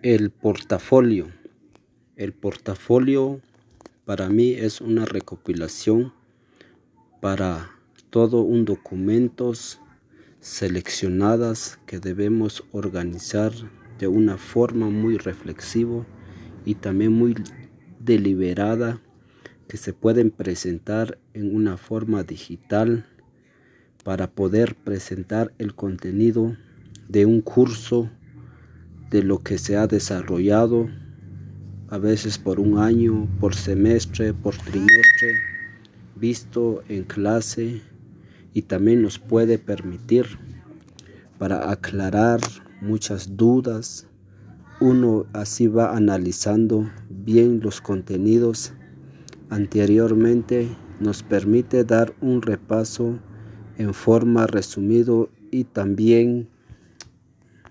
El portafolio. El portafolio para mí es una recopilación para todo un documentos seleccionadas que debemos organizar de una forma muy reflexiva y también muy deliberada, que se pueden presentar en una forma digital para poder presentar el contenido de un curso, de lo que se ha desarrollado, a veces por un año, por semestre, por trimestre, visto en clase, y también nos puede permitir para aclarar muchas dudas. Uno así va analizando bien los contenidos anteriormente, nos permite dar un repaso en forma resumido y también